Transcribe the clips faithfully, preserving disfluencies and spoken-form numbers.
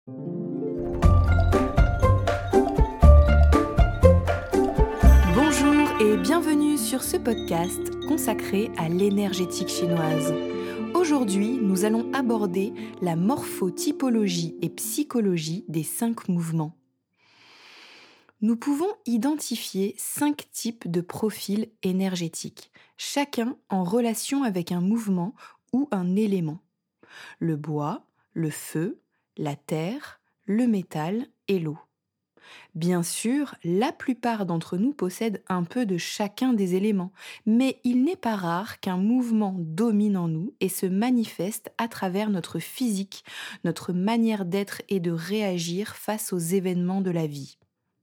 Bonjour et bienvenue sur ce podcast consacré à l'énergétique chinoise. Aujourd'hui, nous allons aborder la morphotypologie et psychologie des cinq mouvements. Nous pouvons identifier cinq types de profils énergétiques, chacun en relation avec un mouvement ou un élément. Le bois, le feu, la terre, le métal et l'eau. Bien sûr, la plupart d'entre nous possèdent un peu de chacun des éléments, mais il n'est pas rare qu'un mouvement domine en nous et se manifeste à travers notre physique, notre manière d'être et de réagir face aux événements de la vie.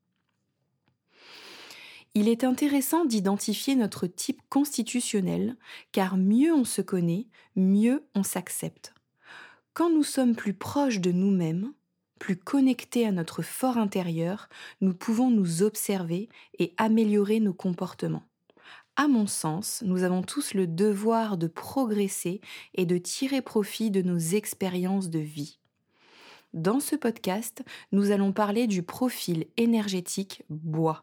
Il est intéressant d'identifier notre type constitutionnel, car mieux on se connaît, mieux on s'accepte. Quand nous sommes plus proches de nous-mêmes, plus connectés à notre fort intérieur, nous pouvons nous observer et améliorer nos comportements. À mon sens, nous avons tous le devoir de progresser et de tirer profit de nos expériences de vie. Dans ce podcast, nous allons parler du profil énergétique bois.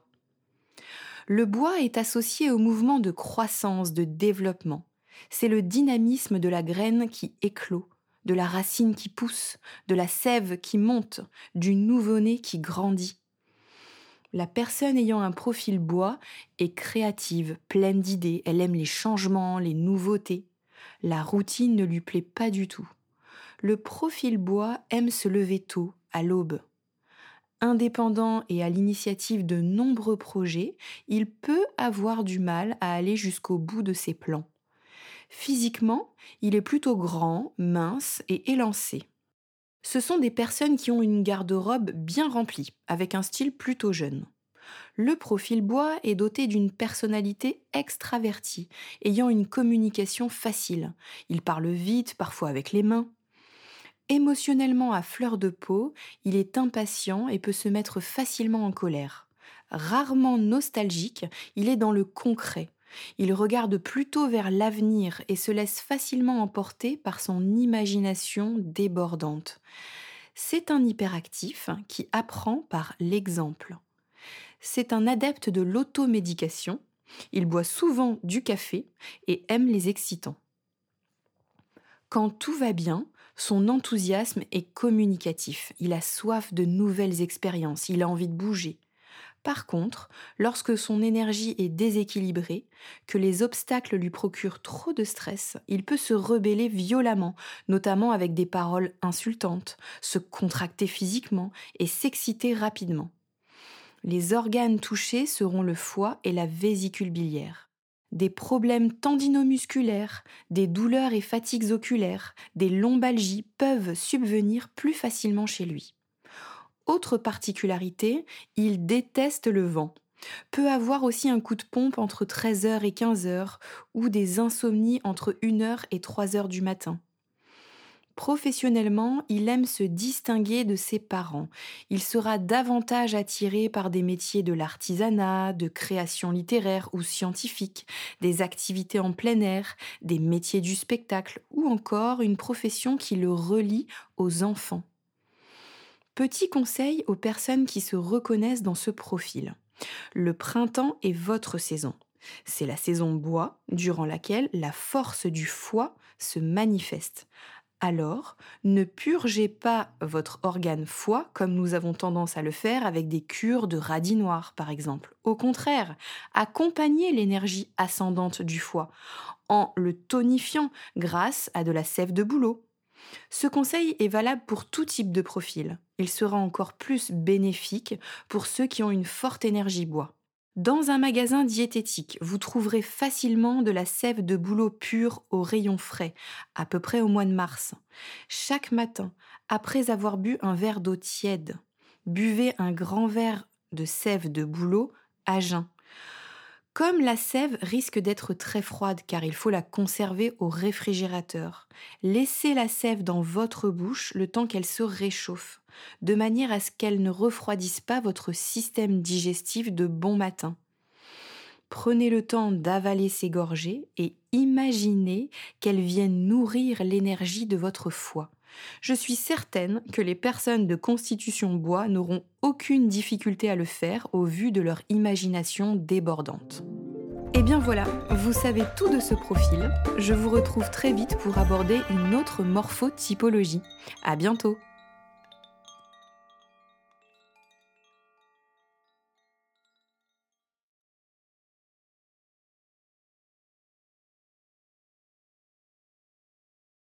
Le bois est associé au mouvement de croissance, de développement. C'est le dynamisme de la graine qui éclot, de la racine qui pousse, de la sève qui monte, du nouveau-né qui grandit. La personne ayant un profil bois est créative, pleine d'idées, elle aime les changements, les nouveautés. La routine ne lui plaît pas du tout. Le profil bois aime se lever tôt, à l'aube. Indépendant et à l'initiative de nombreux projets, il peut avoir du mal à aller jusqu'au bout de ses plans. Physiquement, il est plutôt grand, mince et élancé. Ce sont des personnes qui ont une garde-robe bien remplie, avec un style plutôt jeune. Le profil bois est doté d'une personnalité extravertie, ayant une communication facile. Il parle vite, parfois avec les mains. Émotionnellement à fleur de peau, il est impatient et peut se mettre facilement en colère. Rarement nostalgique, il est dans le concret. Il regarde plutôt vers l'avenir et se laisse facilement emporter par son imagination débordante. C'est un hyperactif qui apprend par l'exemple. C'est un adepte de l'automédication. Il boit souvent du café et aime les excitants. Quand tout va bien, son enthousiasme est communicatif. Il a soif de nouvelles expériences, il a envie de bouger. Par contre, lorsque son énergie est déséquilibrée, que les obstacles lui procurent trop de stress, il peut se rebeller violemment, notamment avec des paroles insultantes, se contracter physiquement et s'exciter rapidement. Les organes touchés seront le foie et la vésicule biliaire. Des problèmes tendinomusculaires, des douleurs et fatigues oculaires, des lombalgies peuvent subvenir plus facilement chez lui. Autre particularité, il déteste le vent. Peut avoir aussi un coup de pompe entre treize heures et quinze heures ou des insomnies entre une heure et trois heures du matin. Professionnellement, il aime se distinguer de ses parents. Il sera davantage attiré par des métiers de l'artisanat, de création littéraire ou scientifique, des activités en plein air, des métiers du spectacle ou encore une profession qui le relie aux enfants. Petit conseil aux personnes qui se reconnaissent dans ce profil. Le printemps est votre saison. C'est la saison bois, durant laquelle la force du foie se manifeste. Alors, ne purgez pas votre organe foie comme nous avons tendance à le faire avec des cures de radis noir, par exemple. Au contraire, accompagnez l'énergie ascendante du foie en le tonifiant grâce à de la sève de bouleau. Ce conseil est valable pour tout type de profil. Il sera encore plus bénéfique pour ceux qui ont une forte énergie bois. Dans un magasin diététique, vous trouverez facilement de la sève de bouleau pure au rayon frais, à peu près au mois de mars. Chaque matin, après avoir bu un verre d'eau tiède, buvez un grand verre de sève de bouleau à jeun. Comme la sève risque d'être très froide car il faut la conserver au réfrigérateur, laissez la sève dans votre bouche le temps qu'elle se réchauffe, de manière à ce qu'elle ne refroidisse pas votre système digestif de bon matin. Prenez le temps d'avaler ces gorgées et imaginez qu'elles viennent nourrir l'énergie de votre foie. Je suis certaine que les personnes de constitution bois n'auront aucune difficulté à le faire au vu de leur imagination débordante. Et bien voilà, vous savez tout de ce profil. Je vous retrouve très vite pour aborder une autre morphotypologie. À bientôt!